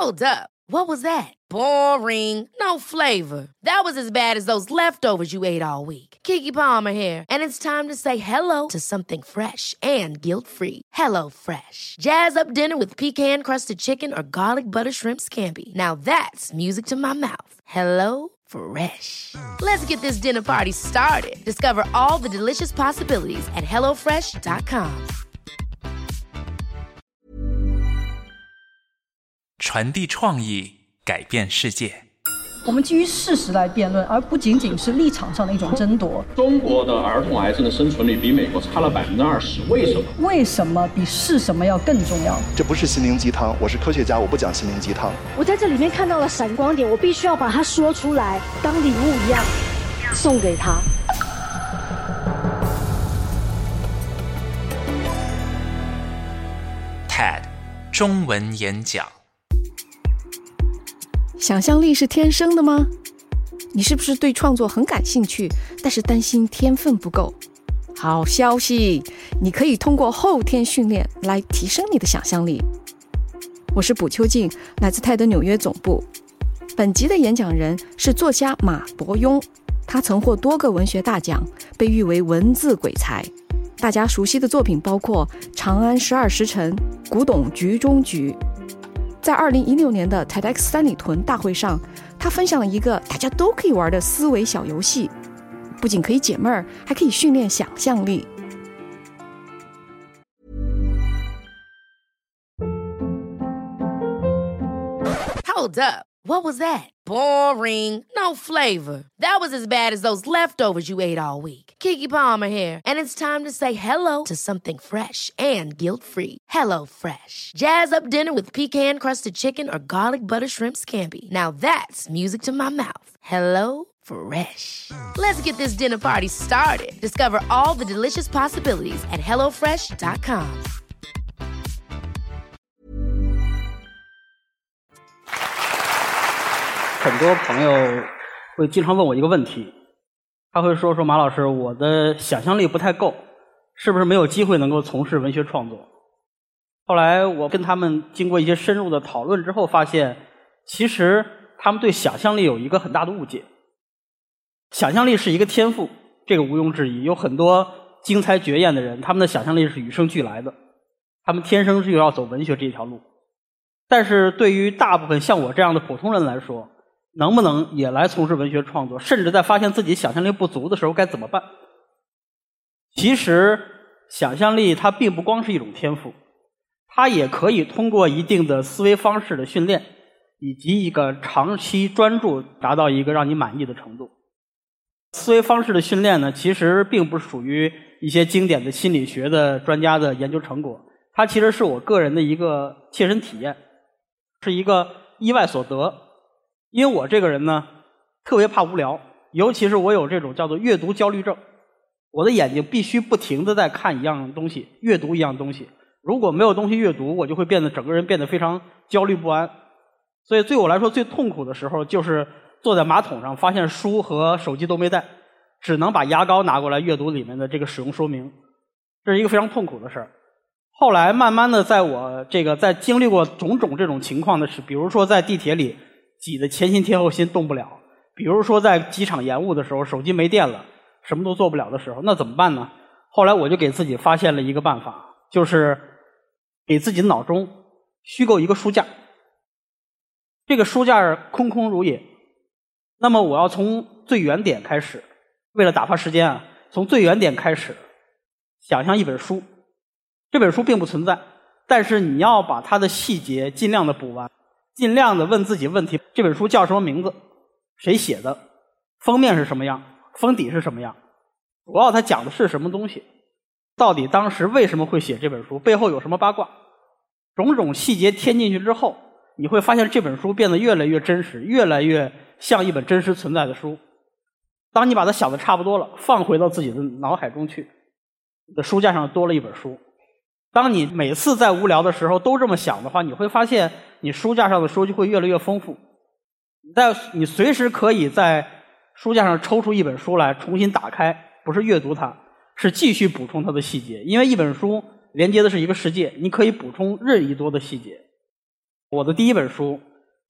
Hold up. What was that? Boring. No flavor. That was as bad as those leftovers you ate all week. Keke Palmer here, and it's time to say hello to something fresh and guilt-free. Hello Fresh. Jazz up dinner with pecan-crusted chicken or garlic butter shrimp scampi. Now that's music to my mouth. Hello Fresh. Let's get this dinner party started. Discover all the delicious possibilities at hellofresh.com. 传递创意，改变世界。 我们基于事实来辩论，而不仅仅是立场上的一种争夺。 中国的儿童癌症的生存率比美国差了20%，为什么？ 为什么比是什么要更重要？ 这不是心灵鸡汤，我是科学家，我不讲心灵鸡汤。 我在这里面看到了闪光点，我必须要把它说出来，当礼物一样送给他。 TED 中文演讲。 想象力是天生的吗？你是不是对创作很感兴趣，但是担心天分不够？好消息，你可以通过后天训练来提升你的想象力。我是卜秋静，来自泰德纽约总部。本集的演讲人是作家马伯庸，他曾获多个文学大奖，被誉为文字鬼才。大家熟悉的作品包括《长安12时辰》《古董局中局》。在2016年的 TEDx 三里屯大会上，他分享了一个大家都可以玩的思维小游戏，不仅可以解闷儿，还可以训练想象力。 Hold up. What was that? Boring. No flavor. That was as bad as those leftovers you ate all week. Keke Palmer here, and it's time to say hello to something fresh and guilt-free. Hello Fresh. Jazz up dinner with pecan-crusted chicken or garlic butter shrimp scampi. Now that's music to my mouth. Hello Fresh. Let's get this dinner party started. Discover all the delicious possibilities at hellofresh.com. 很多朋友会经常问我一个问题，他会说马老师，我的想象力不太够，是不是没有机会能够从事文学创作？后来我跟他们经过一些深入的讨论之后发现，其实他们对想象力有一个很大的误解。想象力是一个天赋，这个毋庸置疑，有很多惊才绝艳的人，他们的想象力是与生俱来的，他们天生就要走文学这条路。但是对于大部分像我这样的普通人来说，能不能也来从事文学创作，甚至在发现自己想象力不足的时候该怎么办？其实想象力它并不光是一种天赋，它也可以通过一定的思维方式的训练，以及一个长期专注达到一个让你满意的程度。思维方式的训练呢，其实并不属于一些经典的心理学的专家的研究成果，它其实是我个人的一个切身体验，是一个意外所得。因为我这个人呢特别怕无聊，尤其是我有这种叫做阅读焦虑症，我的眼睛必须不停地在看一样东西，阅读一样东西，如果没有东西阅读，我就会整个人变得非常焦虑不安。所以对我来说最痛苦的时候就是坐在马桶上发现书和手机都没带，只能把牙膏拿过来阅读里面的这个使用说明，这是一个非常痛苦的事儿。后来慢慢的在我在经历过种种这种情况的是，比如说在地铁里挤得前心贴后心动不了，比如说在机场延误的时候手机没电了，什么都做不了的时候，那怎么办呢？后来我就给自己发现了一个办法，就是给自己的脑中虚构一个书架，这个书架空空如也，那么我要从最远点开始，为了打发时间啊，从最远点开始想象一本书，这本书并不存在，但是你要把它的细节尽量的补完，尽量的问自己问题，这本书叫什么名字，谁写的，封面是什么样，封底是什么样，主要它讲的是什么东西，到底当时为什么会写这本书，背后有什么八卦，种种细节添进去之后，你会发现这本书变得越来越真实，越来越像一本真实存在的书。当你把它想的差不多了，放回到自己的脑海中去，你的书架上多了一本书。当你每次在无聊的时候都这么想的话，你会发现你书架上的书就会越来越丰富。你随时可以在书架上抽出一本书来重新打开，不是阅读它，是继续补充它的细节。因为一本书连接的是一个世界，你可以补充任意多的细节。我的第一本书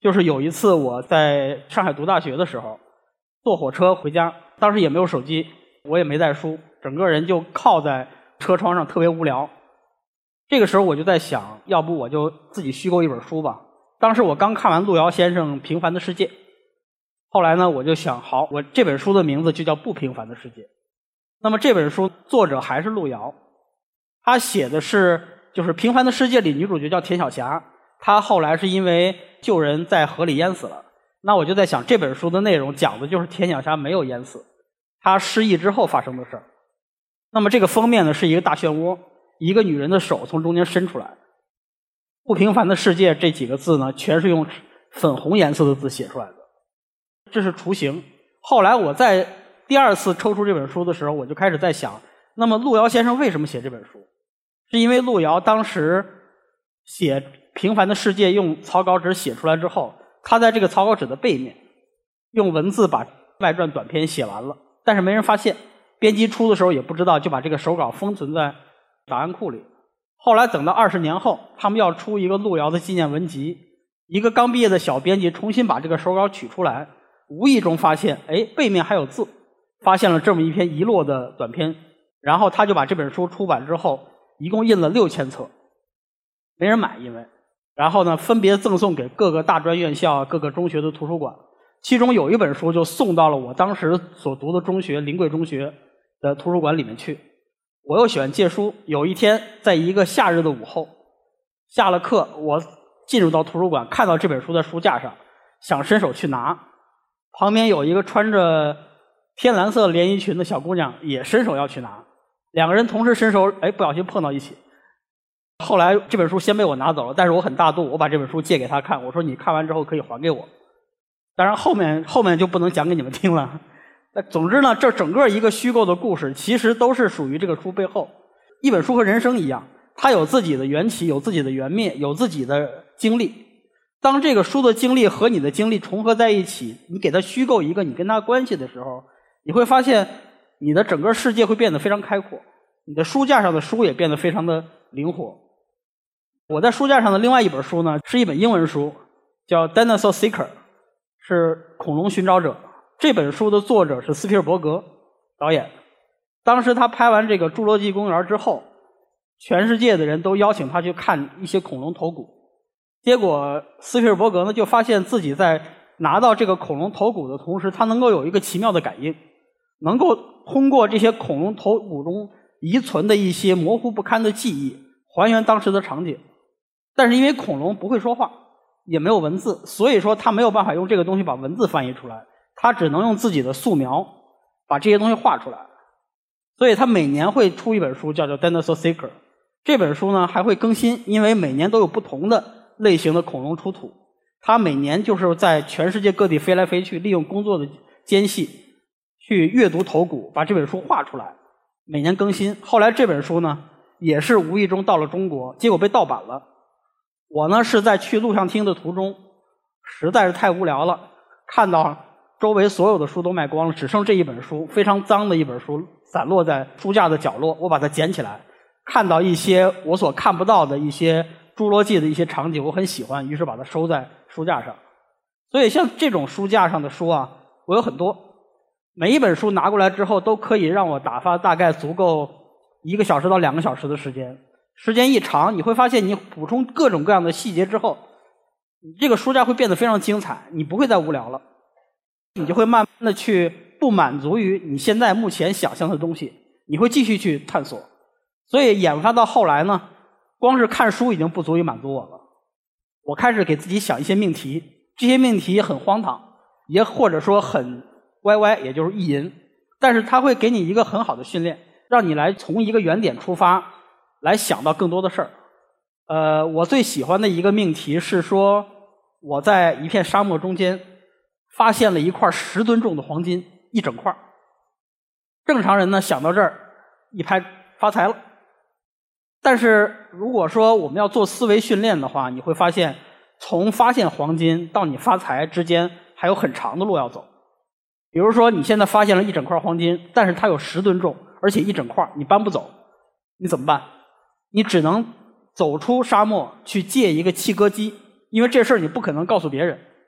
就是有一次我在上海读大学的时候，坐火车回家，当时也没有手机，我也没带书，整个人就靠在车窗上，特别无聊。这个时候我就在想，要不我就自己虚构一本书吧。当时我刚看完路遥先生《平凡的世界》，后来呢我就想，好，我这本书的名字就叫《不平凡的世界》。那么这本书作者还是路遥，他写的是就是《平凡的世界》里女主角叫田晓霞，她后来是因为救人在河里淹死了。那我就在想，这本书的内容讲的就是田晓霞没有淹死，她失忆之后发生的事儿。那么这个封面呢是一个大漩涡，一个女人的手从中间伸出来。不平凡的世界这几个字呢，全是用粉红颜色的字写出来的，这是雏形。后来我在第二次抽出这本书的时候，我就开始在想，那么路遥先生为什么写这本书？是因为路遥当时写《平凡的世界》用草稿纸写出来之后，他在这个草稿纸的背面用文字把外传短篇写完了，但是没人发现，编辑出的时候也不知道，就把这个手稿封存在档案库里。后来等到20年后，他们要出一个路遥的纪念文集，一个刚毕业的小编辑重新把这个手稿取出来，无意中发现，背面还有字，发现了这么一篇遗落的短篇，然后他就把这本书出版之后，一共印了6000册，没人买，因为然后呢分别赠送给各个大专院校、各个中学的图书馆，其中有一本书就送到了我当时所读的中学临桂中学的图书馆里面去。我又喜欢借书，有一天在一个夏日的午后，下了课，我进入到图书馆，看到这本书在书架上，想伸手去拿，旁边有一个穿着天蓝色连衣裙的小姑娘也伸手要去拿，两个人同时伸手，不小心碰到一起。后来这本书先被我拿走了，但是我很大度，我把这本书借给他看，我说你看完之后可以还给我。当然后面就不能讲给你们听了。总之呢，这整个一个虚构的故事其实都是属于这个书背后。一本书和人生一样，它有自己的缘起，有自己的缘灭，有自己的经历。当这个书的经历和你的经历重合在一起，你给它虚构一个你跟它关系的时候，你会发现你的整个世界会变得非常开阔，你的书架上的书也变得非常的灵活。我在书架上的另外一本书呢，是一本英文书，叫 Dinosaur Seeker， 是恐龙寻找者。这本书的作者是斯皮尔伯格导演。当时他拍完这个侏罗纪公园之后，全世界的人都邀请他去看一些恐龙头骨。结果斯皮尔伯格呢就发现自己在拿到这个恐龙头骨的同时，他能够有一个奇妙的感应，能够通过这些恐龙头骨中遗存的一些模糊不堪的记忆，还原当时的场景。但是因为恐龙不会说话，也没有文字，所以说他没有办法用这个东西把文字翻译出来，他只能用自己的素描把这些东西画出来。所以他每年会出一本书叫做 Dinosaur Seeker。 这本书呢还会更新，因为每年都有不同的类型的恐龙出土，他每年就是在全世界各地飞来飞去，利用工作的间隙去阅读头骨，把这本书画出来，每年更新。后来这本书呢也是无意中到了中国，结果被盗版了。我呢是在去录像厅的途中，实在是太无聊了，看到周围所有的书都卖光了，只剩这一本书，非常脏的一本书散落在书架的角落。我把它捡起来，看到一些我所看不到的一些侏罗纪的一些场景，我很喜欢，于是把它收在书架上。所以像这种书架上的书啊，我有很多，每一本书拿过来之后都可以让我打发大概足够1个小时到2个小时的时间。时间一长，你会发现你补充各种各样的细节之后，你这个书架会变得非常精彩，你不会再无聊了，你就会慢慢的去不满足于你现在目前想象的东西，你会继续去探索。所以研发到后来呢，光是看书已经不足以满足我了，我开始给自己想一些命题，这些命题很荒唐，也或者说很歪，也就是意淫，但是它会给你一个很好的训练，让你来从一个原点出发，来想到更多的事儿。我最喜欢的一个命题是说，我在一片沙漠中间发现了一块10吨重的黄金，一整块。正常人呢想到这儿一拍发财了，但是如果说我们要做思维训练的话，你会发现从发现黄金到你发财之间还有很长的路要走。比如说你现在发现了一整块黄金，但是它有10吨重，而且一整块你搬不走，你怎么办？你只能走出沙漠去借一个汽割机，因为这事儿你不可能告诉别人，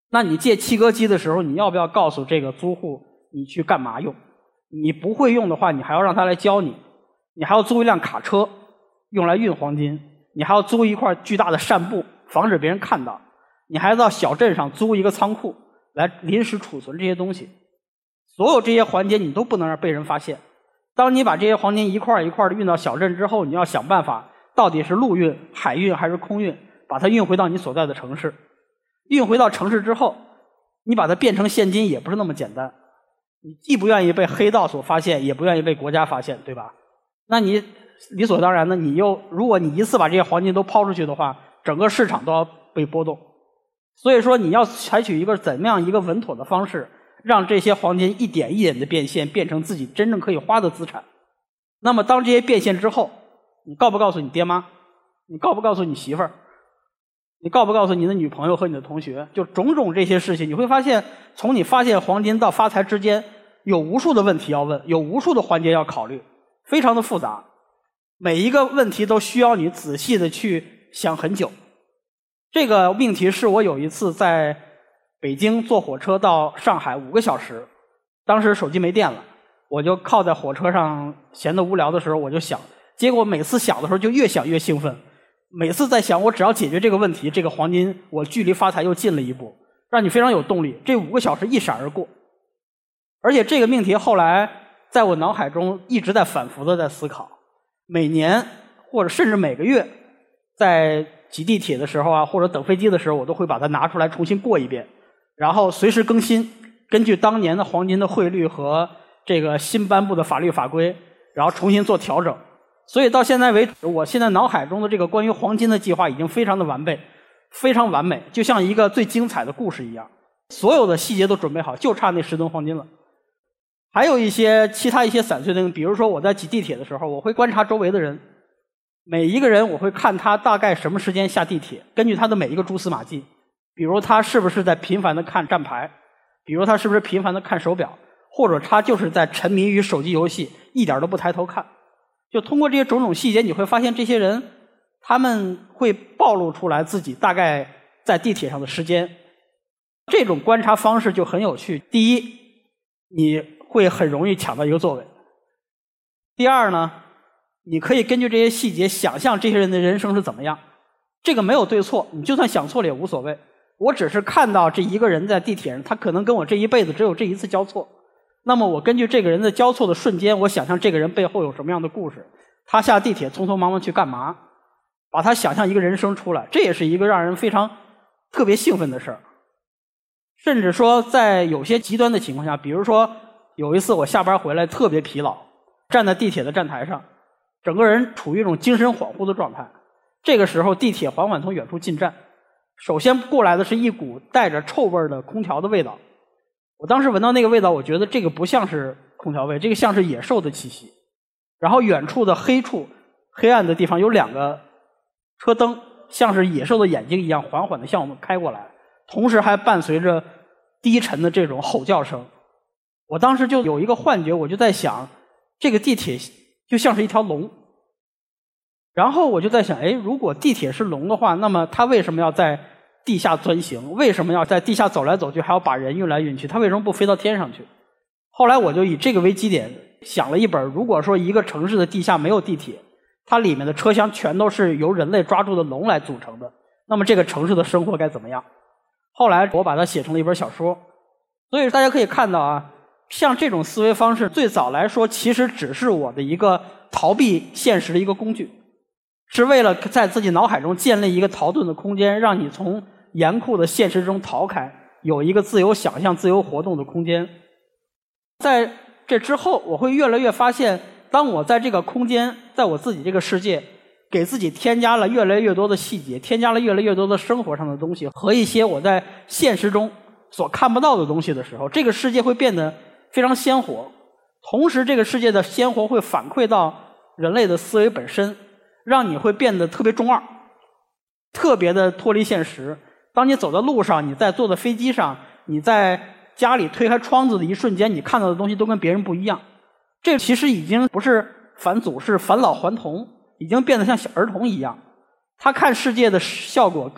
那你借七哥机的时候，你要不要告诉这个租户你去干嘛用？你不会用的话，你还要让他来教你。你还要租一辆卡车用来运黄金，你还要租一块巨大的扇布防止别人看到，你还要到小镇上租一个仓库来临时储存这些东西。所有这些环节你都不能让被人发现。当你把这些黄金一块一块的运到小镇之后，你要想办法到底是陆运、海运还是空运，把它运回到你所在的城市。运回到城市之后，你把它变成现金也不是那么简单。你既不愿意被黑道所发现，也不愿意被国家发现，对吧？那你理所当然的，如果你一次把这些黄金都抛出去的话，整个市场都要被波动。所以说你要采取一个怎么样一个稳妥的方式，让这些黄金一点一点的变现，变成自己真正可以花的资产。那么当这些变现之后，你告不告诉你爹妈？你告不告诉你媳妇儿？你告不告诉你的女朋友和你的同学？就种种这些事情，你会发现从你发现黄金到发财之间有无数的问题要问，有无数的环节要考虑，非常的复杂，每一个问题都需要你仔细的去想很久。这个命题是我有一次在北京坐火车到上海5个小时，当时手机没电了，我就靠在火车上闲得无聊的时候我就想，结果每次想的时候就越想越兴奋，每次在想我只要解决这个问题，这个黄金我距离发财又近了一步，让你非常有动力。这5个小时一闪而过，而且这个命题后来在我脑海中一直在反复的在思考，每年或者甚至每个月在挤地铁的时候啊，或者等飞机的时候，我都会把它拿出来重新过一遍，然后随时更新，根据当年的黄金的汇率和这个新颁布的法律法规，然后重新做调整。所以到现在为止，我现在脑海中的这个关于黄金的计划已经非常的完备，非常完美，就像一个最精彩的故事一样，所有的细节都准备好，就差那10吨黄金了。还有其他一些散碎的，比如说我在挤地铁的时候，我会观察周围的人，每一个人我会看他大概什么时间下地铁，根据他的每一个蛛丝马迹，比如他是不是在频繁的看站牌，比如他是不是频繁的看手表，或者他就是在沉迷于手机游戏，一点都不抬头看。就通过这些种种细节，你会发现这些人他们会暴露出来自己大概在地铁上的时间。这种观察方式就很有趣。第一，你会很容易抢到一个座位。第二呢，你可以根据这些细节想象这些人的人生是怎么样。这个没有对错，你就算想错了也无所谓。我只是看到这一个人在地铁上，他可能跟我这一辈子只有这一次交错。那么我根据这个人的交错的瞬间，我想象这个人背后有什么样的故事，他下地铁匆匆忙忙去干嘛，把他想象一个人生出来，这也是一个让人非常特别兴奋的事儿。甚至说在有些极端的情况下，比如说有一次我下班回来特别疲劳，站在地铁的站台上，整个人处于一种精神恍惚的状态。这个时候地铁缓缓从远处进站，首先过来的是一股带着臭味的空调的味道。我当时闻到那个味道，我觉得这个不像是空调味，这个像是野兽的气息。然后远处的黑暗的地方有2个车灯，像是野兽的眼睛一样缓缓地向我们开过来，同时还伴随着低沉的这种吼叫声。我当时就有一个幻觉，我就在想，这个地铁就像是一条龙。然后我就在想，如果地铁是龙的话，那么它为什么要在地下钻行？为什么要在地下走来走去，还要把人运来运去？它为什么不飞到天上去？后来我就以这个为基点想了一本，如果说一个城市的地下没有地铁，它里面的车厢全都是由人类抓住的龙来组成的，那么这个城市的生活该怎么样？后来我把它写成了一本小说。所以大家可以看到啊，像这种思维方式最早来说其实只是我的一个逃避现实的一个工具，是为了在自己脑海中建立一个逃遁的空间，让你从严酷的现实中逃开，有一个自由想象、自由活动的空间。在这之后，我会越来越发现，当我在这个空间，在我自己这个世界，给自己添加了越来越多的细节，添加了越来越多的生活上的东西和一些我在现实中所看不到的东西的时候，这个世界会变得非常鲜活。同时这个世界的鲜活会反馈到人类的思维本身，让你会变得特别中二，特别的脱离现实。当你走在路上，你在坐在飞机上，你在家里推开窗子的一瞬间，你看到的东西都跟别人不一样。这其实已经不是返祖，是返老还童，已经变得像小儿童一样。他看世界的效果跟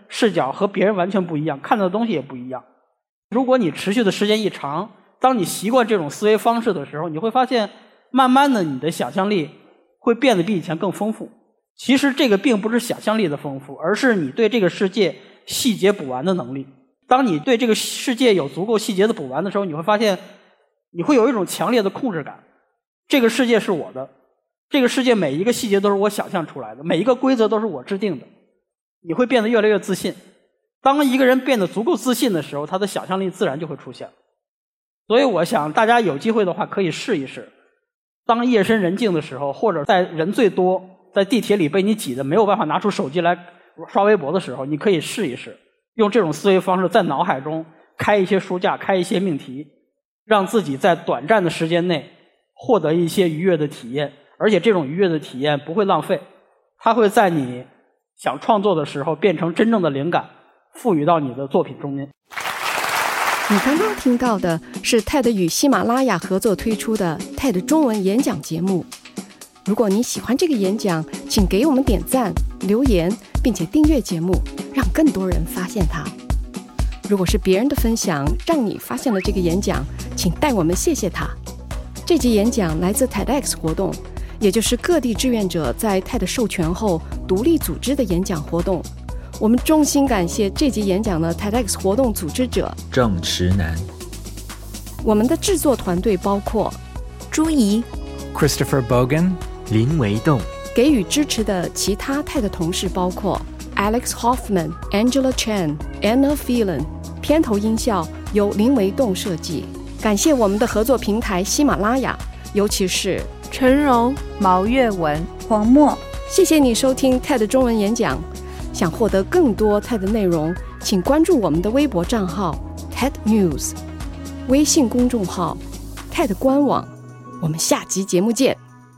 视角和别人完全不一样，看到的东西也不一样。如果你持续的时间一长，当你习惯这种思维方式的时候，你会发现慢慢的你的想象力会变得比以前更丰富。其实这个并不是想象力的丰富，而是你对这个世界细节补完的能力。当你对这个世界有足够细节的补完的时候，你会发现你会有一种强烈的控制感。这个世界是我的，这个世界每一个细节都是我想象出来的，每一个规则都是我制定的。你会变得越来越自信。当一个人变得足够自信的时候，他的想象力自然就会出现。所以我想大家有机会的话可以试一试，当夜深人静的时候，或者在人最多，在地铁里被你挤得没有办法拿出手机来刷微博的时候，你可以试一试，用这种思维方式在脑海中开一些书架，开一些命题，让自己在短暂的时间内获得一些愉悦的体验，而且这种愉悦的体验不会浪费，它会在你想创作的时候变成真正的灵感，赋予到你的作品中间。 你刚刚听到的是 TED 与喜马拉雅合作推出的 TED 中文演讲节目。如果你喜欢这个演讲，请给我们点赞、留言，并且订阅节目，让更多人发现它。如果是别人的分享让你发现了这个演讲，请代我们谢谢他。这集演讲来自 TEDx 活动，也就是各地志愿者在 TED 授权后独立组织的演讲活动。我们衷心感谢这集演讲的 TEDx 活动组织者郑池南。 我们的制作团队包括朱怡、 Christopher Bogan、 林维栋。 给予支持的其他 TED 同事包括 Alex Hoffman、Angela Chen、Anna Phelan。片头音效由林维栋设计。感谢我们的合作平台喜马拉雅，尤其是陈荣、毛月文、黄墨。 谢谢你收听 TED 中文演讲。想获得更多 TED 内容，请关注我们的微博账号 TED News， 微信公众号 TED 官网。我们下集节目见。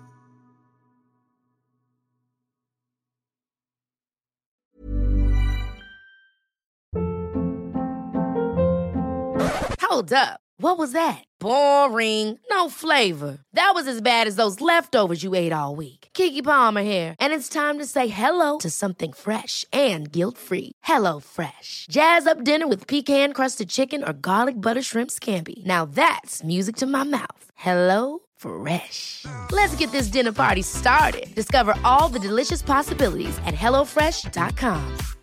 Hold up. What was that? Boring. No flavor. That was as bad as those leftovers you ate all week. Keke Palmer here, and it's time to say hello to something fresh and guilt-free. Hello Fresh. Jazz up dinner with pecan-crusted chicken or garlic butter shrimp scampi. Now that's music to my mouth. Hello Fresh. Let's get this dinner party started. Discover all the delicious possibilities at HelloFresh.com.